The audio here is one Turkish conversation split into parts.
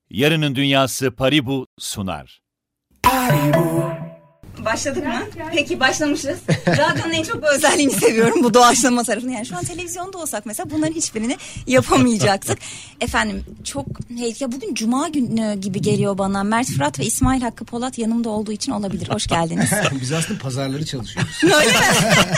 Yarının Dünyası Paribu sunar. Başladık mı? Peki başlamışız. Radyonun en çok bu özelliğini seviyorum. Bu doğaçlama tarafını. Yani şu an televizyonda olsak mesela bunların hiçbirini yapamayacaktık. Efendim çok ya bugün Cuma günü gibi geliyor bana. Mert Fırat ve İsmail Hakkı Polat yanımda olduğu için olabilir. Hoş geldiniz. Biz aslında pazarları çalışıyoruz. Öyle mi?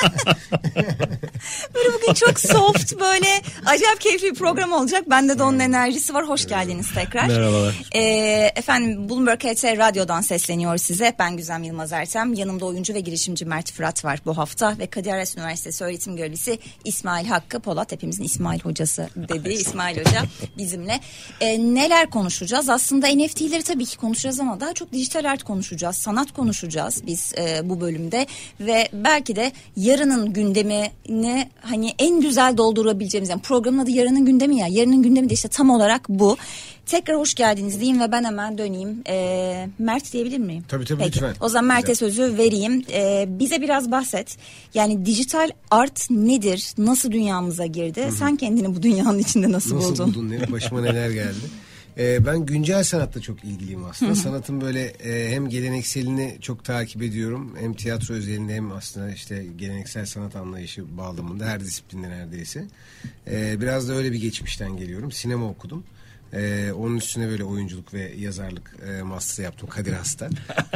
Böyle bugün çok soft, böyle acayip keyifli bir program olacak. Bende de onun enerjisi var. Hoş geldiniz tekrar. Merhabalar. Efendim Bloomberg HT Radyo'dan sesleniyor size. Ben Güzem Yılmaz Ertem. Yanımda oyuncu ve girişimci Mert Fırat var bu hafta ve Kadir Has Üniversitesi öğretim görevlisi İsmail Hakkı Polat, hepimizin İsmail hocası dediği İsmail Hoca bizimle. Neler konuşacağız? Aslında NFT'leri tabii ki konuşacağız ama daha çok dijital art konuşacağız, sanat konuşacağız biz bu bölümde ve belki de yarının gündemini hani en güzel doldurabileceğimiz, yani programın adı yarının gündemi ya, yarının gündemi de işte tam olarak bu. Tekrar hoş geldiniz diyeyim ve ben hemen döneyim. Mert diyebilir miyim? Tabii Peki. Lütfen. O zaman Mert'e sözü vereyim. Bize biraz bahset. Yani dijital art nedir? Nasıl dünyamıza girdi? Hı-hı. Sen kendini bu dünyanın içinde nasıl buldun? Nasıl buldun? Başıma neler geldi? Ben güncel sanatla çok ilgiliyim aslında. Hı-hı. Sanatın böyle hem gelenekselini çok takip ediyorum. Hem tiyatro özelinde hem aslında işte geleneksel sanat anlayışı bağlamında her disiplinde neredeyse. Biraz da öyle bir geçmişten geliyorum. Sinema okudum. Onun üstüne böyle oyunculuk ve yazarlık master yaptım Kadir Has'ta.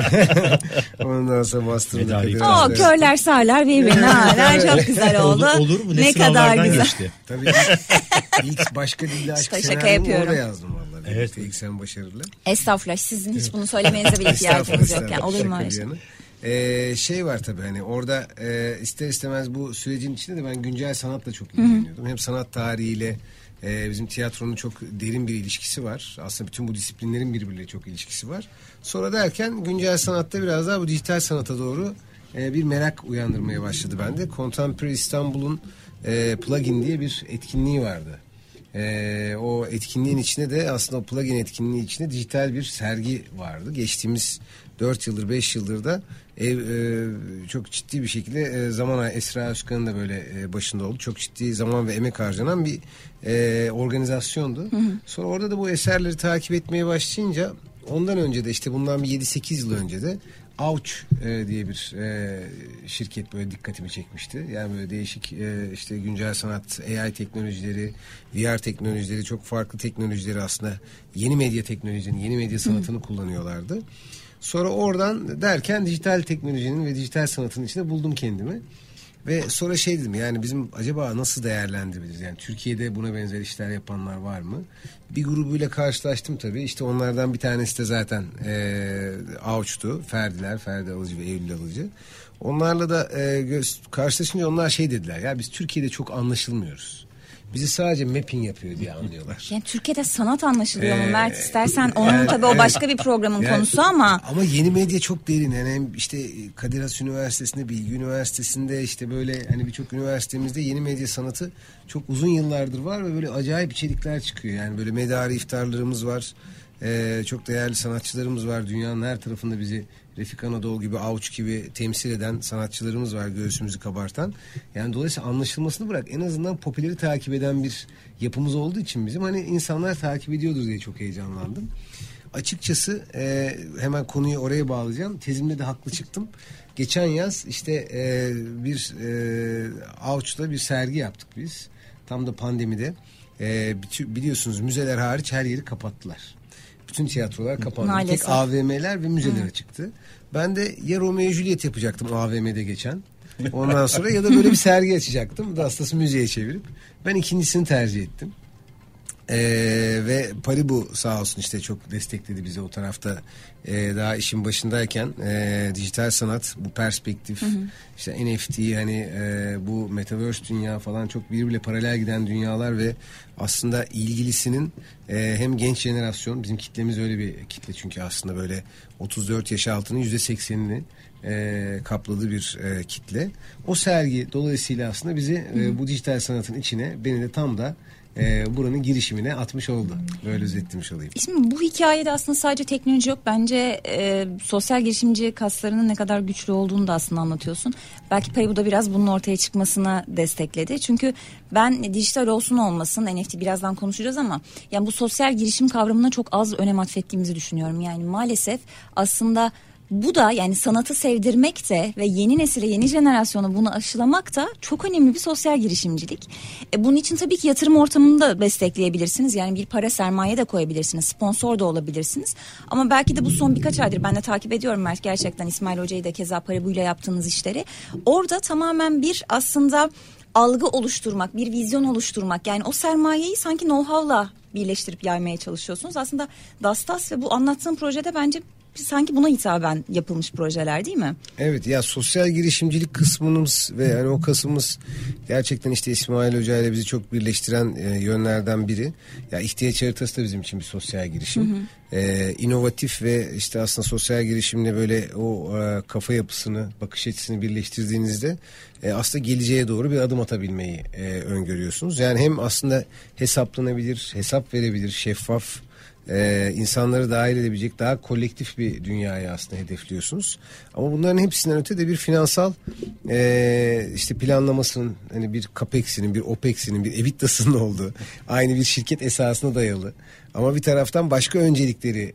Ondan sonra master'da Kadir Has'ta. Körler sağlar birbirine ağlar. Çok güzel oldu. Olur mu? Ne kadar güzel. Geçti. Tabii ilk başka dilde aşk senaryomu orada yazdım vallahi. Evet. İlk sen başarılı. Estağfurullah, sizin hiç bunu söylemenize bile ihtiyacınız yok. Yani olur mu öyle şey var tabii hani orada ister istemez bu sürecin içinde de ben güncel sanatla çok ilgileniyordum. Hem sanat tarihiyle bizim tiyatronun çok derin bir ilişkisi var. Aslında bütün bu disiplinlerin birbiriyle çok ilişkisi var. Sonra derken güncel sanatta biraz daha bu dijital sanata doğru bir merak uyandırmaya başladı bende. Contemporary İstanbul'un plugin diye bir etkinliği vardı. O etkinliğin içinde de aslında o plugin etkinliği içinde dijital bir sergi vardı. Geçtiğimiz 4 yıldır 5 yıldır da çok ciddi bir şekilde zaman Esra Özkan'ın da böyle başında oldu. Çok ciddi zaman ve emek harcanan bir organizasyondu. Hı hı. Sonra orada da bu eserleri takip etmeye başlayınca ondan önce de işte bundan bir 7-8 yıl önce de Ouch diye bir şirket böyle dikkatimi çekmişti. Yani böyle değişik işte güncel sanat, AI teknolojileri, VR teknolojileri, çok farklı teknolojileri aslında yeni medya teknolojinin, yeni medya sanatını kullanıyorlardı. Sonra oradan derken dijital teknolojinin ve dijital sanatın içinde buldum kendimi. Ve sonra şey dedim, yani bizim acaba nasıl değerlendirebiliriz? Yani Türkiye'de buna benzer işler yapanlar var mı? Bir grubuyla karşılaştım tabii. İşte onlardan bir tanesi de zaten Ouch'tu. Ferdi Alıcı ve Eylül Alıcı. Onlarla da karşılaşınca onlar şey dediler. Ya biz Türkiye'de çok anlaşılmıyoruz. Bizi sadece mapping yapıyor diye anlıyorlar. Yani Türkiye'de sanat anlaşılıyor mu Mert? İstersen onun tabii o başka bir programın konusu ama. Ama yeni medya çok derin. Yani hem işte Kadir Has Üniversitesi'nde, Bilgi Üniversitesi'nde, işte böyle hani birçok üniversitemizde yeni medya sanatı çok uzun yıllardır var ve böyle acayip içerikler çıkıyor. Yani böyle medarı iftarlarımız var. Çok değerli sanatçılarımız var. Dünyanın her tarafında bizi Refik Anadolu gibi, Avuç gibi temsil eden sanatçılarımız var, göğsümüzü kabartan. Yani dolayısıyla anlaşılmasını bırak, en azından popüleri takip eden bir yapımız olduğu için bizim hani insanlar takip ediyordur diye çok heyecanlandım. Açıkçası hemen konuyu oraya bağlayacağım. Tezimde de haklı çıktım. Geçen yaz işte bir Avuç'ta bir sergi yaptık biz. Tam da pandemide. Biliyorsunuz müzeler hariç her yeri kapattılar. Bütün tiyatrolar kapandı. Maalesef. Tek AVM'ler ve müzeler çıktı. Ben de ya Romeo ve Juliet yapacaktım AVM'de geçen. Ondan sonra ya da böyle bir sergi açacaktım. Dastası müzeye çevirip. Ben ikincisini tercih ettim. Ve Paribu sağ olsun işte çok destekledi bizi o tarafta. Daha işin başındayken dijital sanat, bu perspektif, işte NFT, hani bu metaverse dünya falan çok birbiriyle paralel giden dünyalar ve aslında ilgilisinin hem genç jenerasyon, bizim kitlemiz öyle bir kitle çünkü aslında böyle 34 yaş altının %80'ini kapladığı bir kitle. O sergi dolayısıyla aslında bizi bu dijital sanatın içine, beni de tam da buranın girişimine atmış oldu. Böyle özetlemiş olayım. Şimdi bu hikayede aslında sadece teknoloji yok. Bence sosyal girişimci kaslarının ne kadar güçlü olduğunu da aslında anlatıyorsun. Belki Paribu da biraz bunun ortaya çıkmasına destekledi. Çünkü ben dijital olsun olmasın, NFT birazdan konuşacağız ama yani bu sosyal girişim kavramına çok az önem atfettiğimizi düşünüyorum. Yani maalesef aslında bu da yani sanatı sevdirmek de ve yeni nesile, yeni jenerasyona bunu aşılamak da çok önemli bir sosyal girişimcilik. Bunun için tabii ki yatırım ortamını da destekleyebilirsiniz. Yani bir para, sermaye de koyabilirsiniz. Sponsor da olabilirsiniz. Ama belki de bu son birkaç aydır ben de takip ediyorum Mert, gerçekten İsmail Hoca'yı da keza Paribu'yla yaptığınız işleri. Orada tamamen bir aslında algı oluşturmak, bir vizyon oluşturmak. Yani o sermayeyi sanki know-how'la birleştirip yaymaya çalışıyorsunuz. Aslında Dastas ve bu anlattığım projede bence sanki buna hitaben yapılmış projeler değil mi? Evet ya, sosyal girişimcilik kısmımız ve yani o kısmımız gerçekten işte İsmail Hoca ile bizi çok birleştiren yönlerden biri. Ya ihtiyaç haritası da bizim için bir sosyal girişim. İnovatif ve işte aslında sosyal girişimle böyle o kafa yapısını, bakış açısını birleştirdiğinizde aslında geleceğe doğru bir adım atabilmeyi öngörüyorsunuz. Yani hem aslında hesaplanabilir, hesap verebilir, şeffaf, insanları dahil edebilecek daha kolektif bir dünyayı aslında hedefliyorsunuz. Ama bunların hepsinden öte de bir finansal işte planlamasının, hani bir CAPEX'inin, bir OPEX'inin, bir EBITDA'sının olduğu, aynı bir şirket esasına dayalı ama bir taraftan başka öncelikleri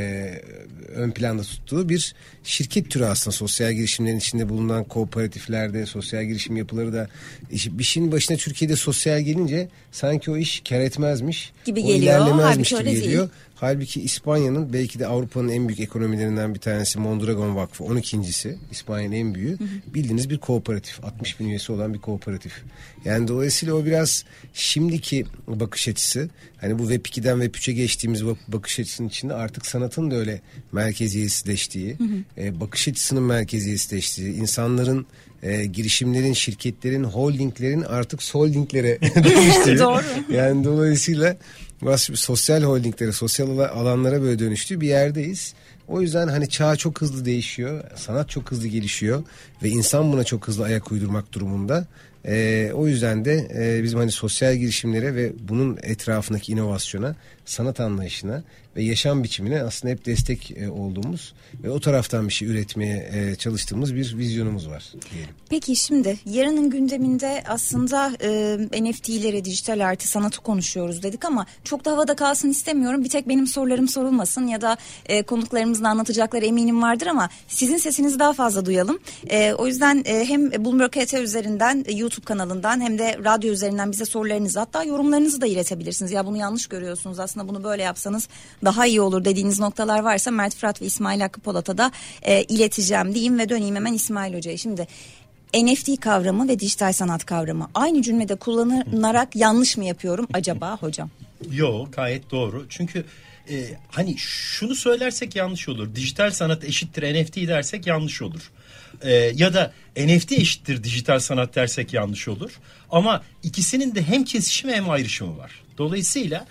ön planda tuttuğu bir şirket türü aslında. Sosyal girişimlerin içinde bulunan kooperatiflerde, sosyal girişim yapıları da bir şeyin başına Türkiye'de sosyal gelince sanki o iş kar etmezmiş gibi geliyor, ilerlemezmiş gibi geliyor. Değil. Halbuki İspanya'nın belki de Avrupa'nın en büyük ekonomilerinden bir tanesi Mondragon Vakfı, 12.'si İspanya'nın en büyüğü. Bildiğiniz bir kooperatif, 60 bin üyesi olan bir kooperatif. Yani dolayısıyla o biraz şimdiki bakış açısı, hani bu Web 2'den Web 3'e geçtiğimiz bakış açısının içinde artık sanatın da öyle merkeziyetsizleştiği, bakış açısının merkeziyetsizleştiği, insanların, girişimlerin, şirketlerin, holdinglerin artık soldinglere dönüştüğü. Doğru. Yani dolayısıyla sosyal holdinglere, sosyal alanlara böyle dönüştüğü bir yerdeyiz. O yüzden hani çağ çok hızlı değişiyor, sanat çok hızlı gelişiyor ve insan buna çok hızlı ayak uydurmak durumunda. O yüzden de bizim hani sosyal girişimlere ve bunun etrafındaki inovasyona, sanat anlayışına ve yaşam biçimine aslında hep destek olduğumuz ve o taraftan bir şey üretmeye çalıştığımız bir vizyonumuz var diyelim. Peki şimdi yarının gündeminde aslında NFT'leri, dijital artı sanatı konuşuyoruz dedik ama çok da havada kalsın istemiyorum. Bir tek benim sorularım sorulmasın ya da konuklarımızın anlatacakları eminim vardır ama sizin sesinizi daha fazla duyalım. O yüzden hem Bloomberg HT üzerinden, YouTube kanalından hem de radyo üzerinden bize sorularınızı, hatta yorumlarınızı da iletebilirsiniz. Ya bunu yanlış görüyorsunuz, aslında bunu böyle yapsanız daha iyi olur dediğiniz noktalar varsa Mert Fırat ve İsmail Hakkı Polat'a da ileteceğim diyeyim ve döneyim hemen İsmail Hoca'ya. Şimdi NFT kavramı ve dijital sanat kavramı aynı cümlede kullanılarak yanlış mı yapıyorum acaba hocam? Yok, gayet doğru. Çünkü hani şunu söylersek yanlış olur. Dijital sanat eşittir NFT dersek yanlış olur. Ya da NFT eşittir dijital sanat dersek yanlış olur. Ama ikisinin de hem kesişimi hem ayrışımı var. Dolayısıyla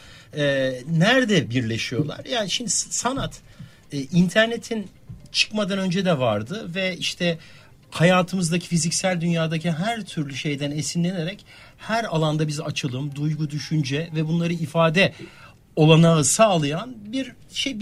nerede birleşiyorlar? Yani şimdi sanat internetin çıkmadan önce de vardı ve işte hayatımızdaki, fiziksel dünyadaki her türlü şeyden esinlenerek her alanda bize açılım, duygu, düşünce ve bunları ifade olanağı sağlayan bir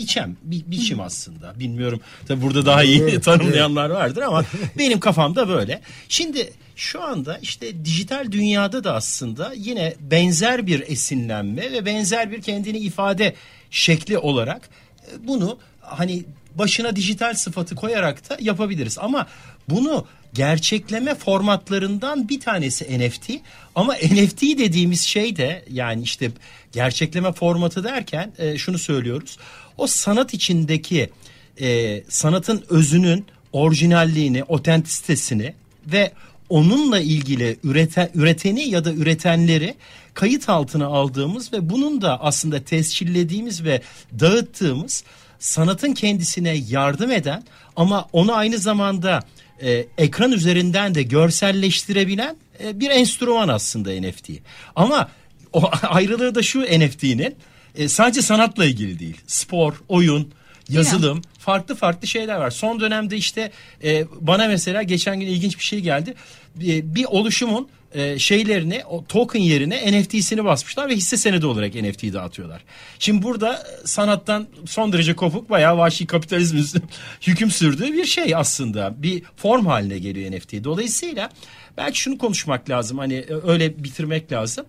biçim aslında. Bilmiyorum, tabii burada daha iyi tanımlayanlar vardır ama benim kafamda böyle. Şimdi şu anda işte dijital dünyada da aslında yine benzer bir esinlenme ve benzer bir kendini ifade şekli olarak bunu hani başına dijital sıfatı koyarak da yapabiliriz. Ama bunu gerçekleme formatlarından bir tanesi NFT. Ama NFT dediğimiz şey de, yani işte gerçekleme formatı derken şunu söylüyoruz. O sanat içindeki sanatın özünün orijinalliğini, otentisitesini ve onunla ilgili üreteni ya da üretenleri kayıt altına aldığımız ve bunun da aslında tescillediğimiz ve dağıttığımız, sanatın kendisine yardım eden ama onu aynı zamanda ekran üzerinden de görselleştirebilen bir enstrüman aslında NFT. Ama o ayrılığı da şu NFT'nin sadece sanatla ilgili değil. Spor, oyun, yazılım, farklı şeyler var. Son dönemde işte bana mesela geçen gün ilginç bir şey geldi. Bir oluşumun şeylerini, o token yerine NFT'sini basmışlar ve hisse senedi olarak NFT'yi dağıtıyorlar. Şimdi burada sanattan son derece kopuk, bayağı vahşi kapitalizmin hüküm sürdüğü bir şey aslında. Bir form haline geliyor NFT. Dolayısıyla belki şunu konuşmak lazım, hani öyle bitirmek lazım.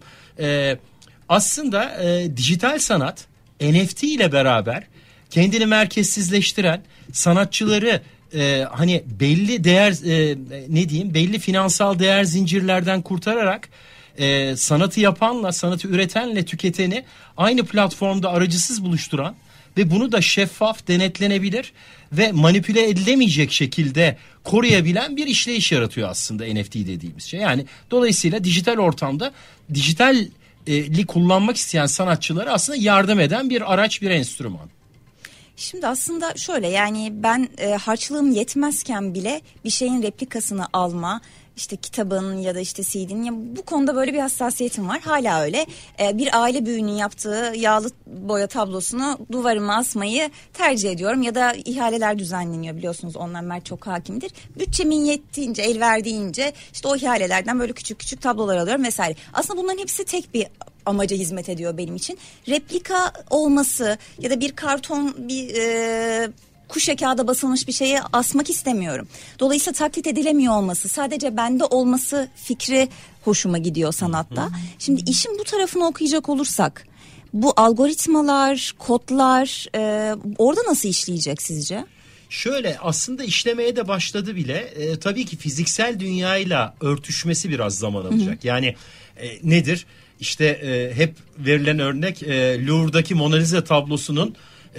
Aslında dijital sanat NFT ile beraber kendini merkezsizleştiren, sanatçıları hani belli değer belli finansal değer zincirlerden kurtararak sanatı yapanla, sanatı üretenle tüketeni aynı platformda aracısız buluşturan ve bunu da şeffaf, denetlenebilir ve manipüle edilemeyecek şekilde koruyabilen bir işleyiş yaratıyor aslında NFT dediğimiz şey. Yani dolayısıyla dijital ortamda dijitalli kullanmak isteyen sanatçılara aslında yardım eden bir araç, bir enstrüman. Şimdi aslında şöyle, yani ben harçlığım yetmezken bile bir şeyin replikasını alma, işte kitabın ya da işte CD'nin, ya bu konuda böyle bir hassasiyetim var. Hala öyle. Bir aile büyüğünün yaptığı yağlı boya tablosunu duvarıma asmayı tercih ediyorum. Ya da ihaleler düzenleniyor, biliyorsunuz, onlar Mert çok hakimdir. Bütçemin yettiğince, el verdiğince işte o ihalelerden böyle küçük küçük tablolar alıyorum vesaire. Aslında bunların hepsi tek bir amaca hizmet ediyor benim için. Replika olması ya da bir karton, bir kuşe kağıda basılmış bir şeye asmak istemiyorum. Dolayısıyla taklit edilemiyor olması, sadece bende olması fikri hoşuma gidiyor sanatta. Şimdi işin bu tarafını okuyacak olursak, bu algoritmalar, kodlar orada nasıl işleyecek sizce? Şöyle, aslında işlemeye de başladı bile. Tabii ki fiziksel dünyayla örtüşmesi biraz zaman alacak. Yani nedir? İşte hep verilen örnek Louvre'daki Mona Lisa tablosunun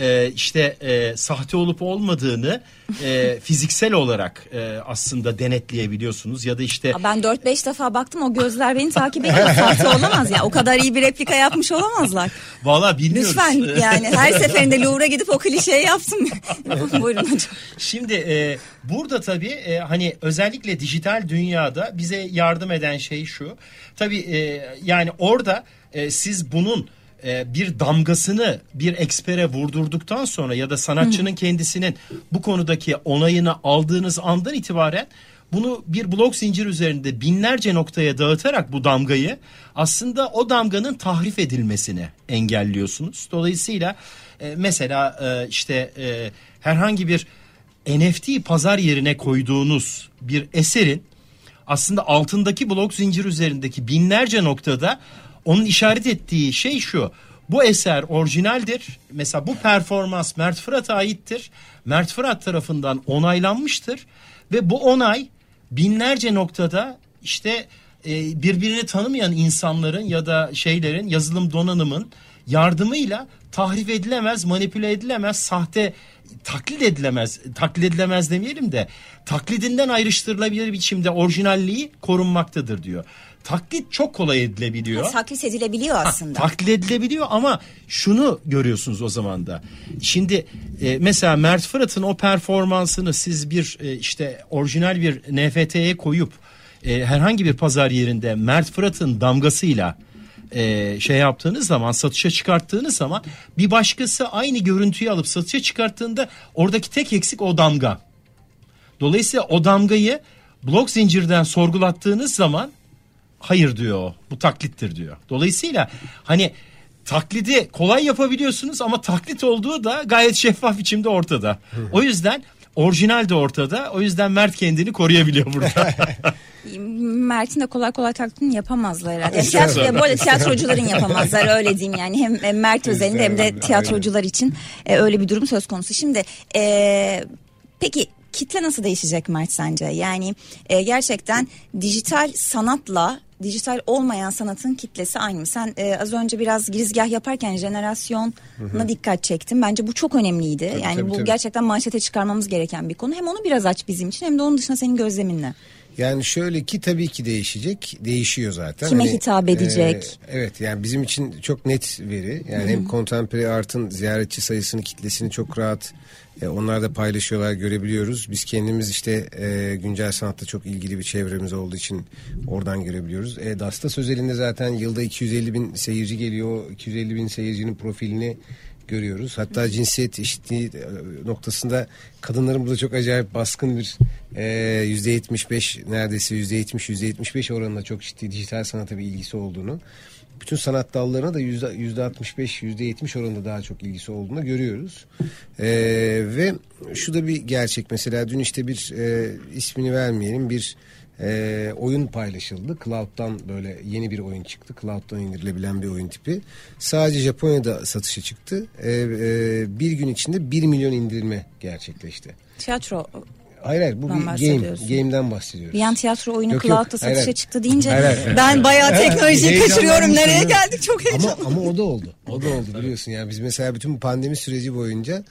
sahte olup olmadığını fiziksel olarak aslında denetleyebiliyorsunuz ya da işte. Ben 4-5 defa baktım, o gözler beni takip ediyor. Sahte olamaz ya, o kadar iyi bir replika yapmış olamazlar. Vallahi bilmiyoruz. Lütfen yani, her seferinde Louvre'a gidip o klişeyi yaptım. Buyurun hocam. Şimdi burada tabii hani özellikle dijital dünyada bize yardım eden şey şu. Tabii yani orada siz bunun bir damgasını bir ekspere vurdurduktan sonra ya da sanatçının kendisinin bu konudaki onayını aldığınız andan itibaren bunu bir blok zincir üzerinde binlerce noktaya dağıtarak bu damgayı, aslında o damganın tahrif edilmesini engelliyorsunuz. Dolayısıyla mesela herhangi bir NFT pazar yerine koyduğunuz bir eserin aslında altındaki blok zincir üzerindeki binlerce noktada onun işaret ettiği şey şu: bu eser orijinaldir. Mesela bu performans Mert Fırat'a aittir. Mert Fırat tarafından onaylanmıştır. Ve bu onay binlerce noktada işte birbirini tanımayan insanların ya da şeylerin, yazılım donanımın yardımıyla tahrif edilemez, manipüle edilemez, sahte, taklit edilemez demeyelim de taklidinden ayrıştırılabilir biçimde orijinalliği korunmaktadır diyor. Taklit çok kolay edilebiliyor. Taklit edilebiliyor aslında. Taklit edilebiliyor ama şunu görüyorsunuz o zaman da. Şimdi mesela Mert Fırat'ın o performansını siz bir orijinal bir NFT'ye koyup herhangi bir pazar yerinde Mert Fırat'ın damgasıyla yaptığınız zaman, satışa çıkarttığınız zaman, bir başkası aynı görüntüyü alıp satışa çıkarttığında oradaki tek eksik o damga. Dolayısıyla o damgayı blok zincirden sorgulattığınız zaman hayır diyor, bu taklittir diyor. Dolayısıyla hani taklidi kolay yapabiliyorsunuz ama taklit olduğu da gayet şeffaf biçimde ortada. O yüzden orijinal de ortada. O yüzden Mert kendini koruyabiliyor burada. Mert'in de kolay kolay taklidini yapamazlar herhalde. Bu arada tiyatrocuların yapamazlar, öyle diyeyim yani. Hem Mert özelinde hem de tiyatrocular için öyle bir durum söz konusu. Şimdi peki kitle nasıl değişecek Mert sence? Yani gerçekten dijital sanatla dijital olmayan sanatın kitlesi aynı mı? Sen az önce biraz girizgah yaparken jenerasyona dikkat çektim. Bence bu çok önemliydi. Tabii. Gerçekten manşete çıkarmamız gereken bir konu. Hem onu biraz aç bizim için, hem de onun dışında senin gözleminle. Yani şöyle ki tabii ki değişecek. Değişiyor zaten. Kime hitap edecek? Evet, yani bizim için çok net veri. Yani hem Contemporary Art'ın ziyaretçi sayısını, kitlesini çok rahat onlar da paylaşıyorlar, görebiliyoruz. Biz kendimiz güncel sanatta çok ilgili bir çevremiz olduğu için oradan görebiliyoruz. Dastas özelinde zaten yılda 250 bin seyirci geliyor. 250 bin seyircinin profilini görüyoruz. Hatta cinsiyet eşitliği noktasında kadınların burada çok acayip baskın bir %75 neredeyse %70-%75 oranında çok ciddi dijital sanata bir ilgisi olduğunu, bütün sanat dallarına da %65-%70 oranında daha çok ilgisi olduğunu görüyoruz. Ve şu da bir gerçek. Mesela dün işte bir ismini vermeyelim bir oyun paylaşıldı. Cloud'dan böyle yeni bir oyun çıktı. Cloud'dan indirilebilen bir oyun tipi. Sadece Japonya'da satışa çıktı. Bir gün içinde 1 milyon indirme gerçekleşti. Tiyatro. Hayır bu bir game'den bahsediyoruz. Bir an tiyatro oyunu Cloud'da satışa çıktı deyince hayır. ben bayağı teknolojiyi kaçırıyorum. Nereye geldik, çok heyecanlı. Ama o da oldu. O da oldu biliyorsun. Yani biz mesela bütün bu pandemi süreci boyunca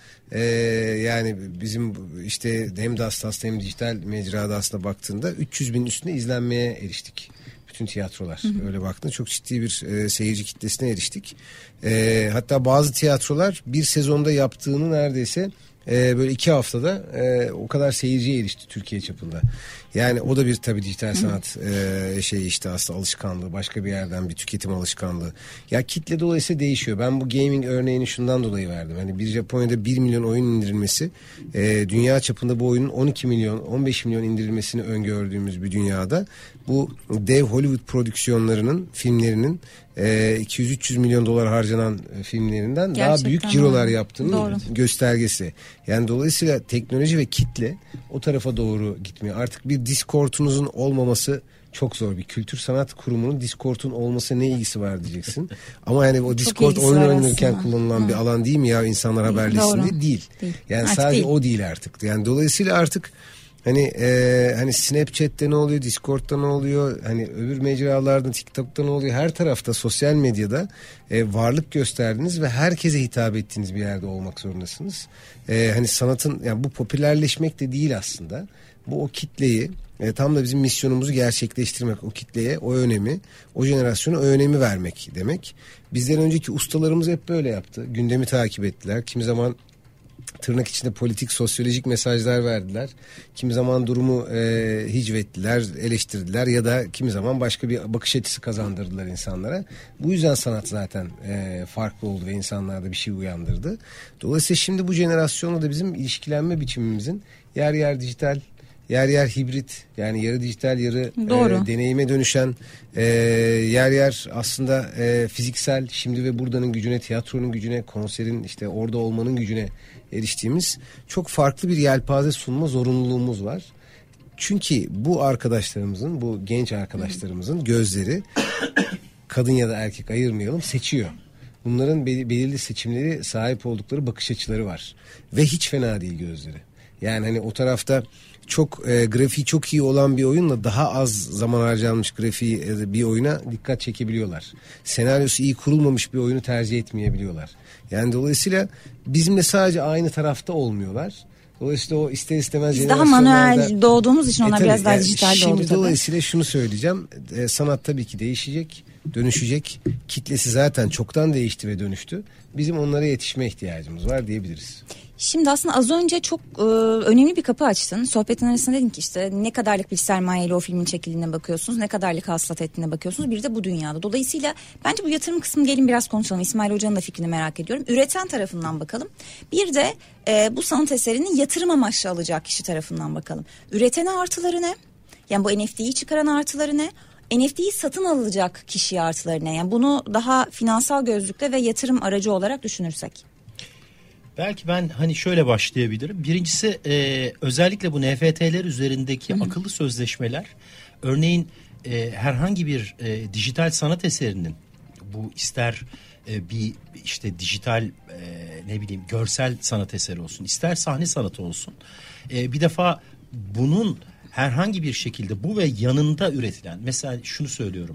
yani bizim işte hem DAS'ta hem dijital mecrada aslında baktığında 300 bin üstüne izlenmeye eriştik. Bütün tiyatrolar. Öyle baktığında çok ciddi bir seyirci kitlesine eriştik. Hatta bazı tiyatrolar bir sezonda yaptığını neredeyse böyle 2 haftada o kadar seyirciye erişti Türkiye çapında. Yani o da bir tabii dijital sanat işte aslında alışkanlığı, başka bir yerden bir tüketim alışkanlığı. Ya kitle dolayısıyla değişiyor. Ben bu gaming örneğini şundan dolayı verdim. Hani bir Japonya'da 1 milyon oyun indirilmesi, dünya çapında bu oyunun 12 milyon, 15 milyon indirilmesini öngördüğümüz bir dünyada bu dev Hollywood prodüksiyonlarının, filmlerinin 200-300 milyon dolar harcanan filmlerinden gerçekten daha büyük cirolar yaptığının göstergesi. Yani dolayısıyla teknoloji ve kitle o tarafa doğru gitmiyor. Artık bir Discord'unuzun olmaması çok zor. Bir kültür sanat kurumunun Discord'un olması ne ilgisi var diyeceksin. Ama yani o Discord oyun oynarken kullanılan bir alan değil mi ya, insanlar haberleşsin diye? Değil. Yani artık sadece değil. O değil artık. Yani dolayısıyla artık hani Snapchat'te ne oluyor, Discord'da ne oluyor, hani öbür mecralarda, TikTok'ta ne oluyor, her tarafta sosyal medyada varlık gösterdiniz ve herkese hitap ettiğiniz bir yerde olmak zorundasınız. Hani sanatın, yani bu popülerleşmek de değil aslında. Bu o kitleyi, tam da bizim misyonumuzu gerçekleştirmek, o kitleye o önemi, o jenerasyona o önemi vermek demek. Bizden önceki ustalarımız hep böyle yaptı. Gündemi takip ettiler. Kimi zaman tırnak içinde politik, sosyolojik mesajlar verdiler. Kimi zaman durumu hicvettiler, eleştirdiler ya da kimi zaman başka bir bakış açısı kazandırdılar insanlara. Bu yüzden sanat zaten farklı oldu ve insanlarda bir şey uyandırdı. Dolayısıyla şimdi bu jenerasyonla da bizim ilişkilenme biçimimizin yer yer dijital, yer yer hibrit, yani yarı dijital yarı deneyime dönüşen, yer yer aslında fiziksel, şimdi ve burada'nın gücüne, tiyatronun gücüne, konserin işte orada olmanın gücüne eriştiğimiz çok farklı bir yelpaze sunma zorunluluğumuz var. Çünkü bu arkadaşlarımızın, bu genç arkadaşlarımızın gözleri kadın ya da erkek ayırmayalım, seçiyor. Bunların belirli seçimleri, sahip oldukları bakış açıları var. Ve hiç fena değil gözleri. Yani hani o tarafta çok grafiği çok iyi olan bir oyunla daha az zaman harcanmış grafiği bir oyuna dikkat çekebiliyorlar. Senaryosu iyi kurulmamış bir oyunu tercih etmeyebiliyorlar. Yani dolayısıyla bizimle sadece aynı tarafta olmuyorlar. Dolayısıyla o ister istemez biz daha manuel doğduğumuz için onlar biraz daha dijital doğdu. Şimdi dolayısıyla şunu söyleyeceğim. Sanat tabii ki değişecek, dönüşecek. Kitlesi zaten çoktan değişti ve dönüştü. Bizim onlara yetişme ihtiyacımız var diyebiliriz. Şimdi aslında az önce çok önemli bir kapı açtın. Sohbetin arasında dedin ki işte ne kadarlık bir sermayeyle o filmin çekildiğine bakıyorsunuz, ne kadarlık hasılat ettiğine bakıyorsunuz. Bir de bu dünyada. Dolayısıyla bence bu yatırım kısmını gelin biraz konuşalım. İsmail Hoca'nın da fikrini merak ediyorum. Üreten tarafından bakalım. Bir de bu sanat eserinin yatırım amaçlı alacak kişi tarafından bakalım. Üretene artıları ne? Yani bu NFT'yi çıkaran artıları ne? NFT'yi satın alacak kişiye artıları ne? Yani bunu daha finansal gözlükle ve yatırım aracı olarak düşünürsek. Belki ben hani şöyle başlayabilirim. Birincisi özellikle bu NFT'ler üzerindeki akıllı sözleşmeler, örneğin herhangi bir dijital sanat eserinin, bu ister bir işte dijital ne bileyim görsel sanat eseri olsun, ister sahne sanatı olsun, bir defa bunun herhangi bir şekilde bu ve yanında üretilen, mesela şunu söylüyorum,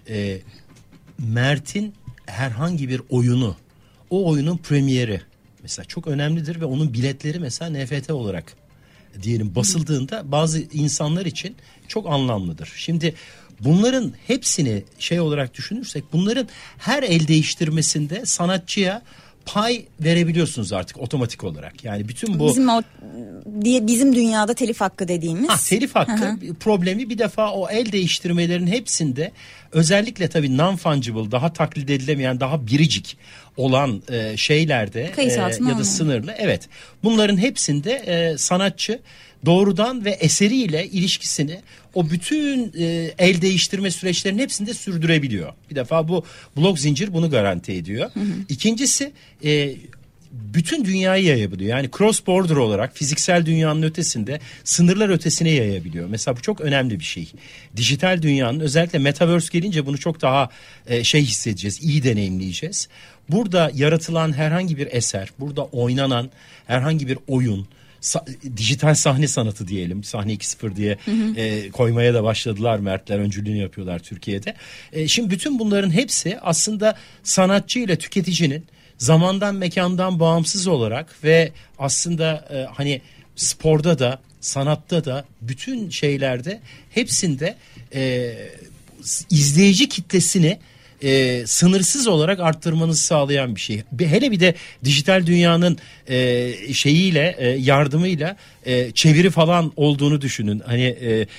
Mert'in herhangi bir oyunu, o oyunun premieri mesela çok önemlidir ve onun biletleri mesela NFT olarak diyelim basıldığında bazı insanlar için çok anlamlıdır. Şimdi bunların hepsini şey olarak düşünürsek, bunların her el değiştirmesinde sanatçıya pay verebiliyorsunuz artık otomatik olarak. Yani bütün bu bizim dünyada telif hakkı dediğimiz. Telif hakkı problemi bir defa o el değiştirmelerin hepsinde, özellikle tabii non-fungible, daha taklit edilemeyen, daha biricik olan şeylerde ya da sınırlı. Evet. Bunların hepsinde sanatçı doğrudan ve eseriyle ilişkisini o bütün el değiştirme süreçlerinin hepsinde sürdürebiliyor. Bir defa bu blok zincir bunu garanti ediyor. İkincisi bütün dünyayı yayabiliyor. Yani cross border olarak fiziksel dünyanın ötesinde sınırlar ötesine yayabiliyor. Mesela bu çok önemli bir şey. Dijital dünyanın, özellikle metaverse gelince bunu çok daha hissedeceğiz, iyi deneyimleyeceğiz. Burada yaratılan herhangi bir eser, burada oynanan herhangi bir oyun, dijital sahne sanatı diyelim, sahne 2.0 diye koymaya da başladılar, Mertler öncülüğünü yapıyorlar Türkiye'de. Şimdi bütün bunların hepsi aslında sanatçı ile tüketicinin zamandan mekandan bağımsız olarak ve aslında hani sporda da sanatta da bütün şeylerde hepsinde izleyici kitlesini sınırsız olarak arttırmanızı sağlayan bir şey. Hele bir de dijital dünyanın yardımıyla çeviri falan olduğunu düşünün. Hani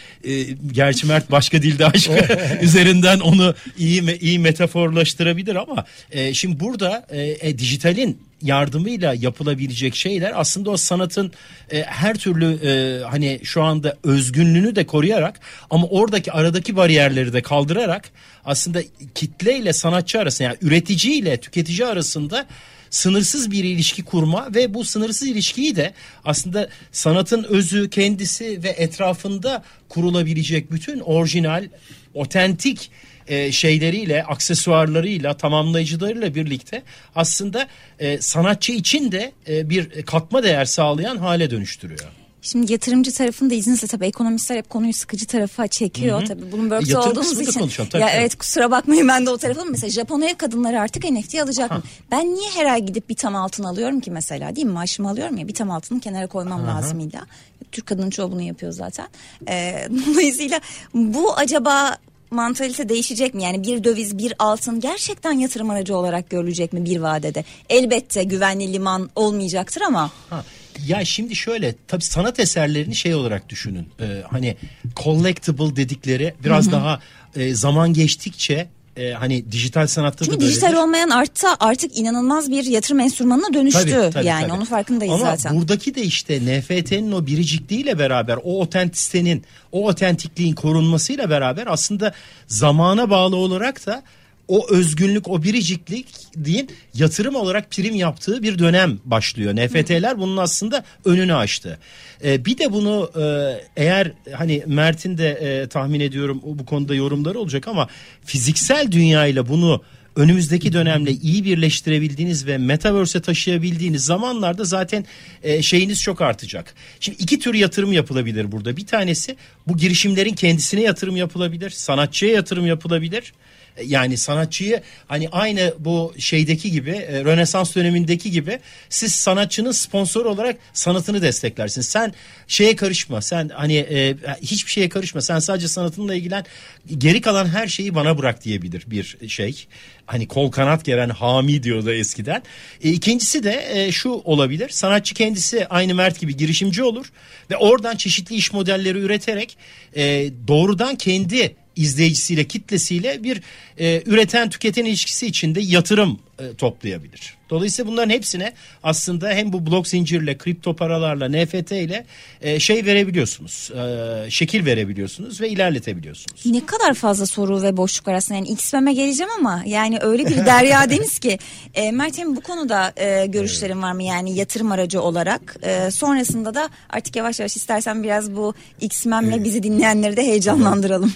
gerçi Mert başka dilde aşk üzerinden onu iyi metaforlaştırabilir ama şimdi burada dijitalin yardımıyla yapılabilecek şeyler aslında o sanatın her türlü hani şu anda özgünlüğünü de koruyarak ama oradaki aradaki bariyerleri de kaldırarak aslında kitle ile sanatçı arasında, yani üretici ile tüketici arasında sınırsız bir ilişki kurma ve bu sınırsız ilişkiyi de aslında sanatın özü, kendisi ve etrafında kurulabilecek bütün orijinal, otentik şeyleriyle, aksesuarlarıyla, tamamlayıcılarıyla birlikte aslında sanatçı için de bir katma değer sağlayan hale dönüştürüyor. Şimdi yatırımcı tarafında izninizle, tabii ekonomistler hep konuyu sıkıcı tarafa çekiyor. Tabii Bloomberg'de olduğumuz için. Evet, kusura bakmayın, ben de o tarafa. Mesela Japonya kadınları artık NFT alacak mı? Ben niye her ay gidip bir tam altın alıyorum ki mesela, değil mi? Maaşımı alıyorum ya, bir tam altını kenara koymam lazım illa. Türk kadının çoğu bunu yapıyor zaten. Dolayısıyla bu acaba mantalite değişecek mi? Yani bir döviz, bir altın gerçekten yatırım aracı olarak görülecek mi bir vadede? Elbette güvenli liman olmayacaktır ama. Ya şimdi şöyle, tabii sanat eserlerini olarak düşünün. Hani collectible dedikleri biraz daha zaman geçtikçe hani dijital sanatta çünkü da böyledir. Dijital olmayan artık inanılmaz bir yatırım enstrümanına dönüştü. Tabii. Onun farkındayız ama zaten. Ama buradaki de işte NFT'nin o biricikliğiyle beraber, o otentisitenin, o otentikliğin korunmasıyla beraber aslında zamana bağlı olarak da o özgünlük, o biriciklik deyin yatırım olarak prim yaptığı bir dönem başlıyor. NFT'ler bunun aslında önünü açtı. Bir de bunu eğer hani Mert'in de tahmin ediyorum bu konuda yorumları olacak ama fiziksel dünyayla bunu önümüzdeki dönemle iyi birleştirebildiğiniz ve metaverse'e taşıyabildiğiniz zamanlarda zaten şeyiniz çok artacak. Şimdi iki tür yatırım yapılabilir burada. Bir tanesi bu girişimlerin kendisine yatırım yapılabilir, sanatçıya yatırım yapılabilir. Yani sanatçıyı hani aynı bu şeydeki gibi, Rönesans dönemindeki gibi siz sanatçının sponsor olarak sanatını desteklersiniz. Sen şeye karışma, sen hani hiçbir şeye karışma, sen sadece sanatınla ilgilen, geri kalan her şeyi bana bırak diyebilir bir şey. Hani kol kanat geren hami diyordu eskiden. İkincisi de şu olabilir, sanatçı kendisi aynı Mert gibi girişimci olur ve oradan çeşitli iş modelleri üreterek doğrudan kendi izleyicisiyle, kitlesiyle bir üreten tüketen ilişkisi içinde yatırım toplayabilir. Dolayısıyla bunların hepsine aslında hem bu blok zincirle, kripto paralarla, NFT ile verebiliyorsunuz. Şekil verebiliyorsunuz ve ilerletebiliyorsunuz. Ne kadar fazla soru ve boşluk arasında, yani XMM'e geleceğim ama yani öyle bir derya deniz ki. Mert'im, bu konuda görüşlerin var mı, yani yatırım aracı olarak? Sonrasında da artık yavaş yavaş istersen biraz bu XMM'le bizi dinleyenleri de heyecanlandıralım.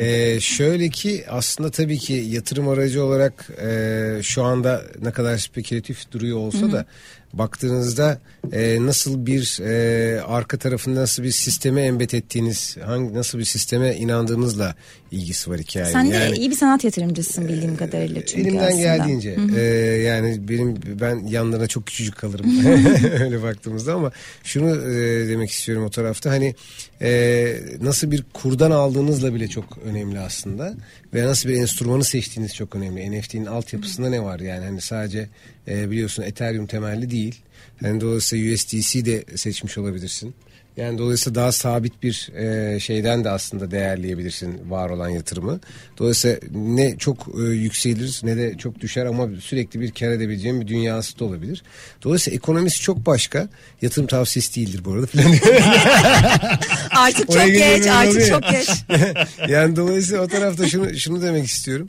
Şöyle ki aslında tabii ki yatırım aracı olarak şu anda ne kadar spekülatif duruyor olsa da baktığınızda nasıl bir arka tarafında nasıl bir sisteme embed ettiğiniz, nasıl bir sisteme inandığınızla ilgisi var hikayenin. Sen de iyi bir sanat yatırımcısın bildiğim kadarıyla çünkü elimden aslında. geldiğince. Yani ben yanlarına çok küçücük kalırım öyle baktığımızda, ama şunu demek istiyorum o tarafta, hani nasıl bir kurdan aldığınızla bile çok önemli aslında ve nasıl bir enstrümanı seçtiğiniz çok önemli. NFT'nin altyapısında ne var, yani hani sadece biliyorsun Ethereum temelli değil. Yani dolayısıyla USDC de seçmiş olabilirsin. Yani dolayısıyla daha sabit bir şeyden de aslında değerleyebilirsin var olan yatırımı. Dolayısıyla ne çok yükselir ne de çok düşer ama sürekli bir kar edebileceğin bir dünyası da olabilir. Dolayısıyla ekonomisi çok başka. Yatırım tavsiyesi değildir bu arada falan. Artık çok geç, artık çok geç. Yani dolayısıyla o tarafta şunu demek istiyorum.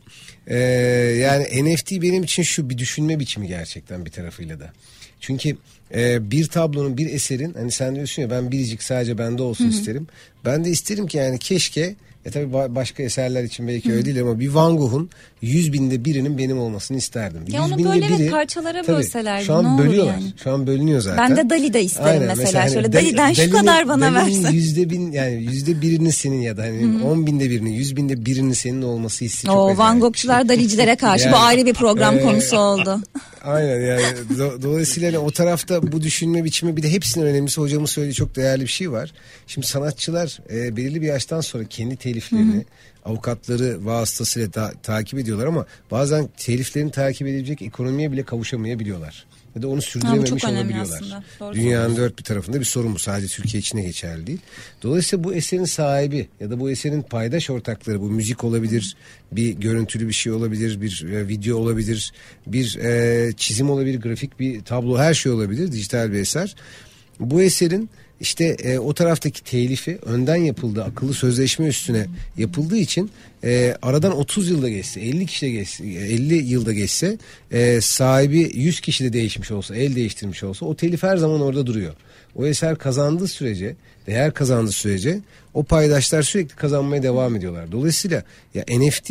Yani NFT benim için şu bir düşünme biçimi gerçekten bir tarafıyla da. Çünkü bir tablonun, bir eserin, hani sen diyorsun ya ben biricik sadece bende olsun isterim. Ben de isterim ki yani keşke, tabii başka eserler için belki öyle değil ama bir Van Gogh'un 100.000'de birinin benim olmasını isterdim. Ya onu böyle parçalara bölseler. Şu an bölüyorlar. Yani. Şu an bölünüyor zaten. Ben de Dali'de isterim. Aynen, mesela şöyle hani Dali'den şu kadar bana versin. %1000 yani %1'inin senin ya da hani 10.000'de birinin, 100.000'de birinin senin olması hissi çok acayip. Van Gogh'çular Dali'cilere karşı yani, bu ayrı bir program konusu oldu. Aynen yani dolayısıyla hani o tarafta bu düşünme biçimi, bir de hepsinin önemlisi hocamın söylediği çok değerli bir şey var. Şimdi sanatçılar belirli bir yaştan sonra kendi teliflerini avukatları vasıtasıyla takip ediyorlar ama bazen teliflerini takip edebilecek ekonomiye bile kavuşamayabiliyorlar. Ya da onu sürdürememiş olabiliyorlar. Dünyanın dört bir tarafında bir sorun bu. Sadece Türkiye içine geçerli değil. Dolayısıyla bu eserin sahibi ya da bu eserin paydaş ortakları, bu müzik olabilir, bir görüntülü bir şey olabilir, bir video olabilir, bir çizim olabilir, grafik bir tablo, her şey olabilir, dijital bir eser. Bu eserin işte o taraftaki telifi önden yapıldı, akıllı sözleşme üstüne yapıldığı için aradan 30 yılda geçse, 50 kişi de geçse, 50 yılda geçse, sahibi 100 kişi de değişmiş olsa, el değiştirmiş olsa o telif her zaman orada duruyor. O eser kazandığı sürece, değer kazandığı sürece o paydaşlar sürekli kazanmaya devam ediyorlar. Dolayısıyla ya NFT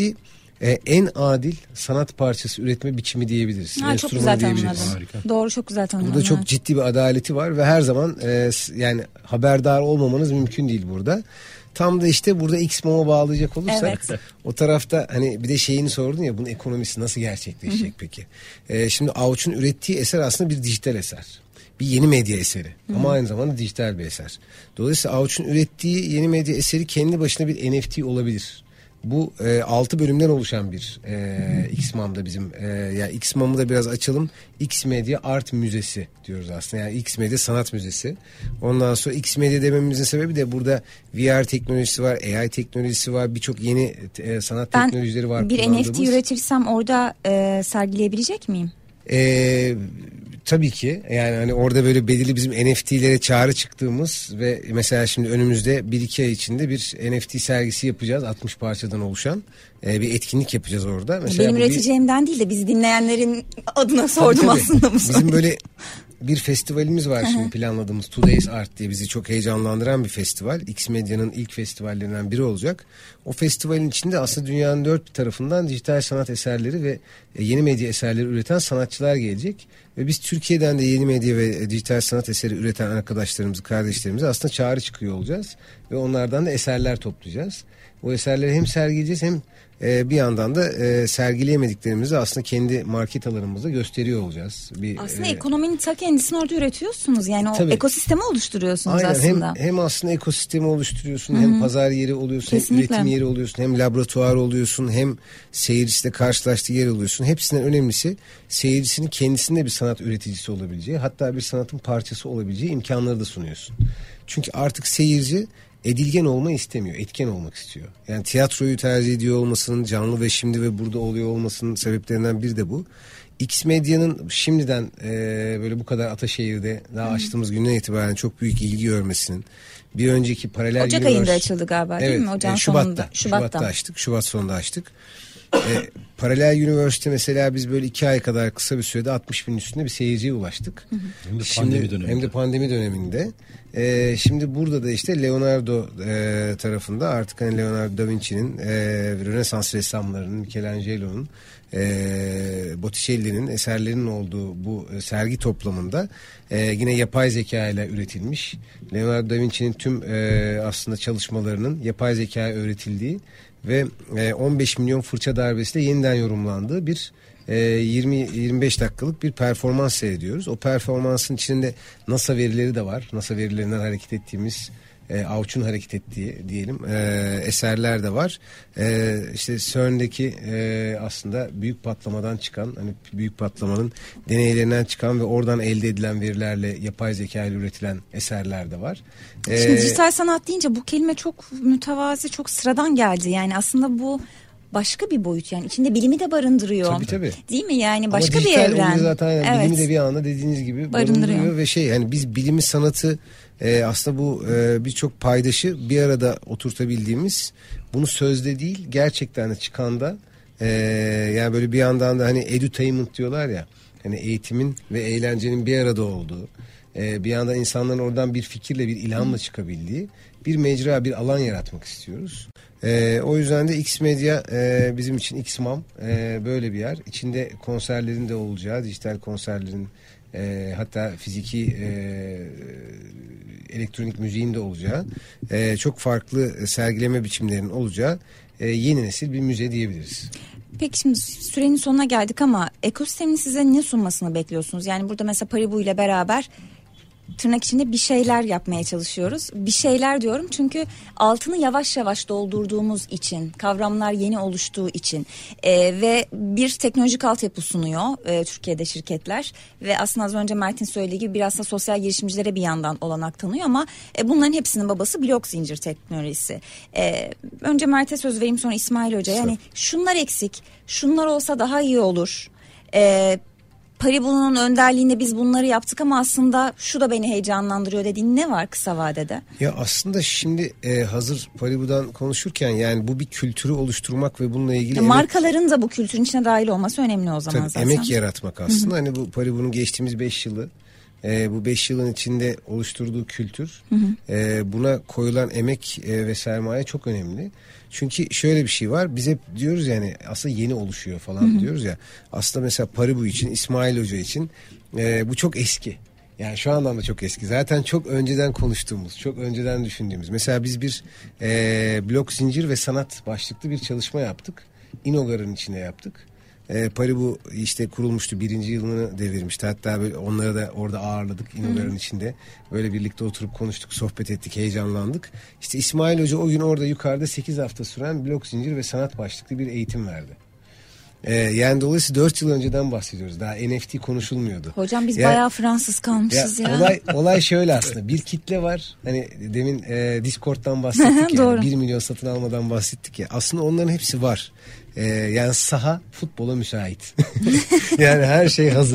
en adil sanat parçası üretme biçimi diyebiliriz. Çok güzel tanımladın. Doğru, çok güzel tanımladın. Burada çok ciddi bir adaleti var ve her zaman yani haberdar olmamanız mümkün değil burada. Tam da işte burada X-Mom'a bağlayacak olursak o tarafta hani bir de şeyini sordun ya, bunun ekonomisi nasıl gerçekleşecek peki? Şimdi Avuç'un ürettiği eser aslında bir dijital eser. Bir yeni medya eseri ama aynı zamanda dijital bir eser. Dolayısıyla Avuç'un ürettiği yeni medya eseri kendi başına bir NFT olabilir. Bu 6 bölümden oluşan bir X-Mom'da bizim yani X-Mom'u da biraz açalım. X-Media Art Müzesi diyoruz aslında. Yani X-Media Sanat Müzesi. Ondan sonra X-Media dememizin sebebi de burada VR teknolojisi var, AI teknolojisi var, birçok yeni sanat teknolojileri var. Ben bir NFT üretirsem orada sergileyebilecek miyim? Tabii ki yani hani orada böyle belirli bizim NFT'lere çağrı çıktığımız ve mesela şimdi önümüzde 1-2 ay içinde bir NFT sergisi yapacağız, 60 parçadan oluşan bir etkinlik yapacağız orada. Mesela benim üreteceğimden değil de biz dinleyenlerin adına sordum tabii. Aslında bu soruyu. Bizim böyle bir festivalimiz var şimdi planladığımız, Today's Art diye bizi çok heyecanlandıran bir festival. X-Media'nın ilk festivallerinden biri olacak. O festivalin içinde aslında dünyanın dört bir tarafından dijital sanat eserleri ve yeni medya eserleri üreten sanatçılar gelecek. Ve biz Türkiye'den de yeni medya ve dijital sanat eseri üreten arkadaşlarımızı, kardeşlerimizi aslında çağrı çıkıyor olacağız. Ve onlardan da eserler toplayacağız. O eserleri hem sergileyeceğiz hem bir yandan da sergileyemediklerimizi aslında kendi market alanımızda gösteriyor olacağız. Aslında ekonominin ta kendisini orada üretiyorsunuz. Yani o ekosistemi oluşturuyorsunuz aynen, aslında. Hem aslında ekosistemi oluşturuyorsun, hem pazar yeri oluyorsun, kesinlikle. Hem üretim yeri oluyorsun, hem laboratuvar oluyorsun, hem seyircisiyle karşılaştığı yer oluyorsun. Hepsinden önemlisi seyircisinin kendisinde bir sanat üreticisi olabileceği, hatta bir sanatın parçası olabileceği imkanları da sunuyorsun. Çünkü artık seyirci edilgen olmayı istemiyor, etken olmak istiyor. Yani tiyatroyu tercih ediyor olmasının, canlı ve şimdi ve burada oluyor olmasının sebeplerinden biri de bu. X-Media'nın şimdiden böyle bu kadar Ataşehir'de daha açtığımız günden itibaren çok büyük ilgi görmesinin, bir önceki paralel Ocak ayında açıldı galiba değil mi? Ocağın sonunda. Şubat'ta açtık. Şubat sonunda açtık. Paralel Üniversite mesela biz böyle 2 ay kadar kısa bir sürede 60.000 üstünde bir seyirciye ulaştık. Hem de pandemi döneminde. Şimdi burada da işte Leonardo tarafında artık hani Leonardo da Vinci'nin, Rönesans ressamlarının, Michelangelo'nun, Botticelli'nin eserlerinin olduğu bu sergi toplamında yine yapay zeka ile üretilmiş. Leonardo da Vinci'nin tüm aslında çalışmalarının yapay zekaya öğretildiği ve 15 milyon fırça darbesiyle yeniden yorumlandığı bir 20-25 dakikalık bir performans seyrediyoruz. O performansın içinde NASA verileri de var. NASA verilerinden hareket ettiğimiz avuçun hareket ettiği diyelim eserler de var. İşte CERN'deki aslında büyük patlamadan çıkan, hani büyük patlamanın deneylerinden çıkan ve oradan elde edilen verilerle yapay zeka ile üretilen eserler de var. Şimdi dijital sanat deyince bu kelime çok mütevazi, çok sıradan geldi. Yani aslında bu başka bir boyut, yani içinde bilimi de barındırıyor. Tabii. Değil mi? Yani Ama başka bir dijital evren. Zaten Evet. bilimi de bir anda dediğiniz gibi barındırıyor ve yani biz bilimi, sanatı aslında bu birçok paydaşı bir arada oturtabildiğimiz, bunu sözde değil gerçekten de çıkanda yani böyle bir yandan da hani edutainment diyorlar ya, hani eğitimin ve eğlencenin bir arada olduğu, bir yandan insanların oradan bir fikirle, bir ilhamla çıkabildiği bir mecra, bir alan yaratmak istiyoruz. O yüzden de X-Medya bizim için X-Mam böyle bir yer. İçinde konserlerin de olacağı, dijital konserlerin, hatta fiziki elektronik müziğin de olacağı, çok farklı sergileme biçimlerinin olacağı yeni nesil bir müze diyebiliriz. Peki şimdi sürenin sonuna geldik ama ekosistemin size ne sunmasını bekliyorsunuz? Yani burada mesela Paribu ile beraber tırnak içinde bir şeyler yapmaya çalışıyoruz. Bir şeyler diyorum çünkü altını yavaş yavaş doldurduğumuz için, kavramlar yeni oluştuğu için ve bir teknolojik altyapı sunuyor Türkiye'de şirketler ve aslında az önce Mert'in söylediği gibi biraz da sosyal girişimcilere bir yandan olanak tanıyor ama bunların hepsinin babası blok zincir teknolojisi. Önce Mert'e söz vereyim, sonra İsmail Hoca. Yani şunlar eksik, şunlar olsa daha iyi olur. Paribu'nun önderliğinde biz bunları yaptık ama aslında şu da beni heyecanlandırıyor dediğin ne var kısa vadede? Ya aslında şimdi hazır Paribu'dan konuşurken, yani bu bir kültürü oluşturmak ve bununla ilgili markaların da bu kültürün içine dahil olması önemli o zaman tabii, zaten. Emek yaratmak aslında. Hani bu Paribu'nun geçtiğimiz 5 yılı, bu 5 yılın içinde oluşturduğu kültür, buna koyulan emek ve sermaye çok önemli. Çünkü şöyle bir şey var, biz hep diyoruz yani aslında yeni oluşuyor falan diyoruz ya. Aslında mesela Paribu için, İsmail Hoca için bu çok eski. Yani şu anlamda çok eski. Zaten çok önceden konuştuğumuz, çok önceden düşündüğümüz. Mesela biz bir blok zincir ve sanat başlıklı bir çalışma yaptık. İnogar'ın içine yaptık. Paribu işte kurulmuştu, 1. yılını devirmişti. Hatta böyle onları da orada ağırladık İnogar'ın içinde. Böyle birlikte oturup konuştuk, sohbet ettik, heyecanlandık. İşte İsmail Hoca o gün orada yukarıda 8 hafta süren blok zincir ve sanat başlıklı bir eğitim verdi. Yani dolayısıyla 4 yıl önceden bahsediyoruz. Daha NFT konuşulmuyordu. Hocam biz bayağı Fransız kalmışız ya. Olay şöyle aslında. Bir kitle var. Hani demin Discord'dan bahsettik ya. 1 milyon satın almadan bahsettik ya. Aslında onların hepsi var. Yani saha futbola müsait. Yani her şey hazır.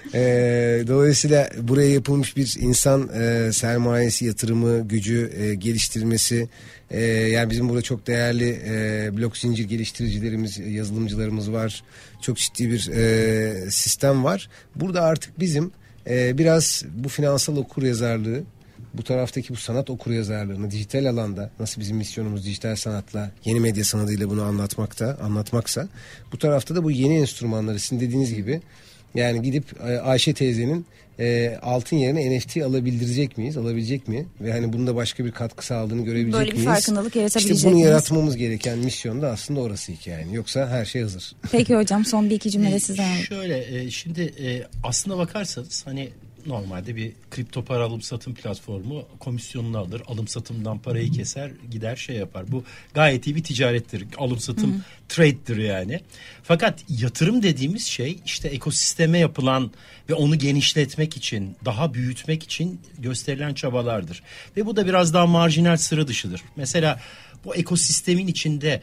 Dolayısıyla buraya yapılmış bir insan sermayesi, yatırımı, gücü geliştirmesi. Yani bizim burada çok değerli blok zincir geliştiricilerimiz, yazılımcılarımız var. Çok ciddi bir sistem var. Burada artık bizim biraz bu finansal okuryazarlığı, bu taraftaki bu sanat okuryazarlığını dijital alanda, nasıl bizim misyonumuz dijital sanatla, yeni medya sanatıyla bunu anlatmaksa, bu tarafta da bu yeni enstrümanları sizin dediğiniz gibi, yani gidip Ayşe teyzenin altın yerine NFT alabilecek mi? Ve hani bunun da başka bir katkı sağladığını görebilecek miyiz? Böyle bir farkındalık yaratabilecek miyiz? İşte bunu yaratmamız gereken misyon da aslında orası hikayenin. Yoksa her şey hazır. Peki hocam, son bir iki cümle sizden alalım. Şöyle şimdi aslına bakarsanız hani normalde bir kripto para alım satım platformu komisyonunu alır, alım satımdan parayı keser, gider şey yapar. Bu gayet iyi bir ticarettir. Alım satım trade'dir yani. Fakat yatırım dediğimiz şey işte ekosisteme yapılan ve onu genişletmek için, daha büyütmek için gösterilen çabalardır. Ve bu da biraz daha marjinal, sıra dışıdır. Mesela bu ekosistemin içinde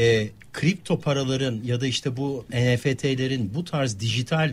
kripto paraların ya da işte bu NFT'lerin, bu tarz dijital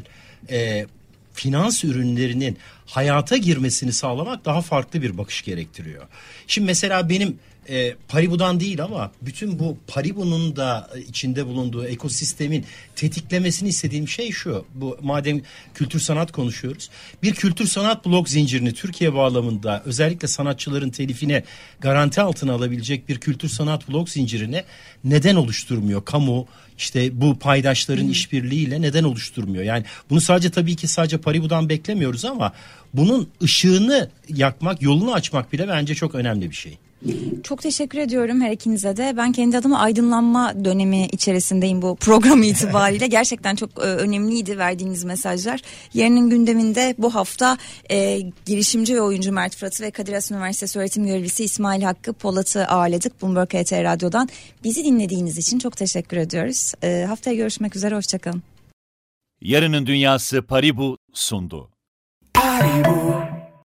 finans ürünlerinin hayata girmesini sağlamak daha farklı bir bakış gerektiriyor. Şimdi mesela benim Paribu'dan değil ama bütün bu Paribu'nun da içinde bulunduğu ekosistemin tetiklemesini istediğim şey şu. Bu madem kültür sanat konuşuyoruz. Bir kültür sanat blok zincirini Türkiye bağlamında özellikle sanatçıların telifine garanti altına alabilecek bir kültür sanat blok zincirini neden oluşturmuyor? Kamu işte bu paydaşların işbirliğiyle neden oluşturmuyor? Yani bunu tabii ki sadece Paribu'dan beklemiyoruz ama bunun ışığını yakmak, yolunu açmak bile bence çok önemli bir şey. Çok teşekkür ediyorum her ikinize de. Ben kendi adıma aydınlanma dönemi içerisindeyim bu program itibariyle. Gerçekten çok önemliydi verdiğiniz mesajlar. Yarının gündeminde bu hafta girişimci ve oyuncu Mert Fırat'ı ve Kadir Has Üniversitesi öğretim görevlisi İsmail Hakkı Polat'ı ağırladık Bloomberg HT Radyo'dan. Bizi dinlediğiniz için çok teşekkür ediyoruz. Haftaya görüşmek üzere, hoşçakalın. Yarının Dünyası Paribu sundu. Paribu.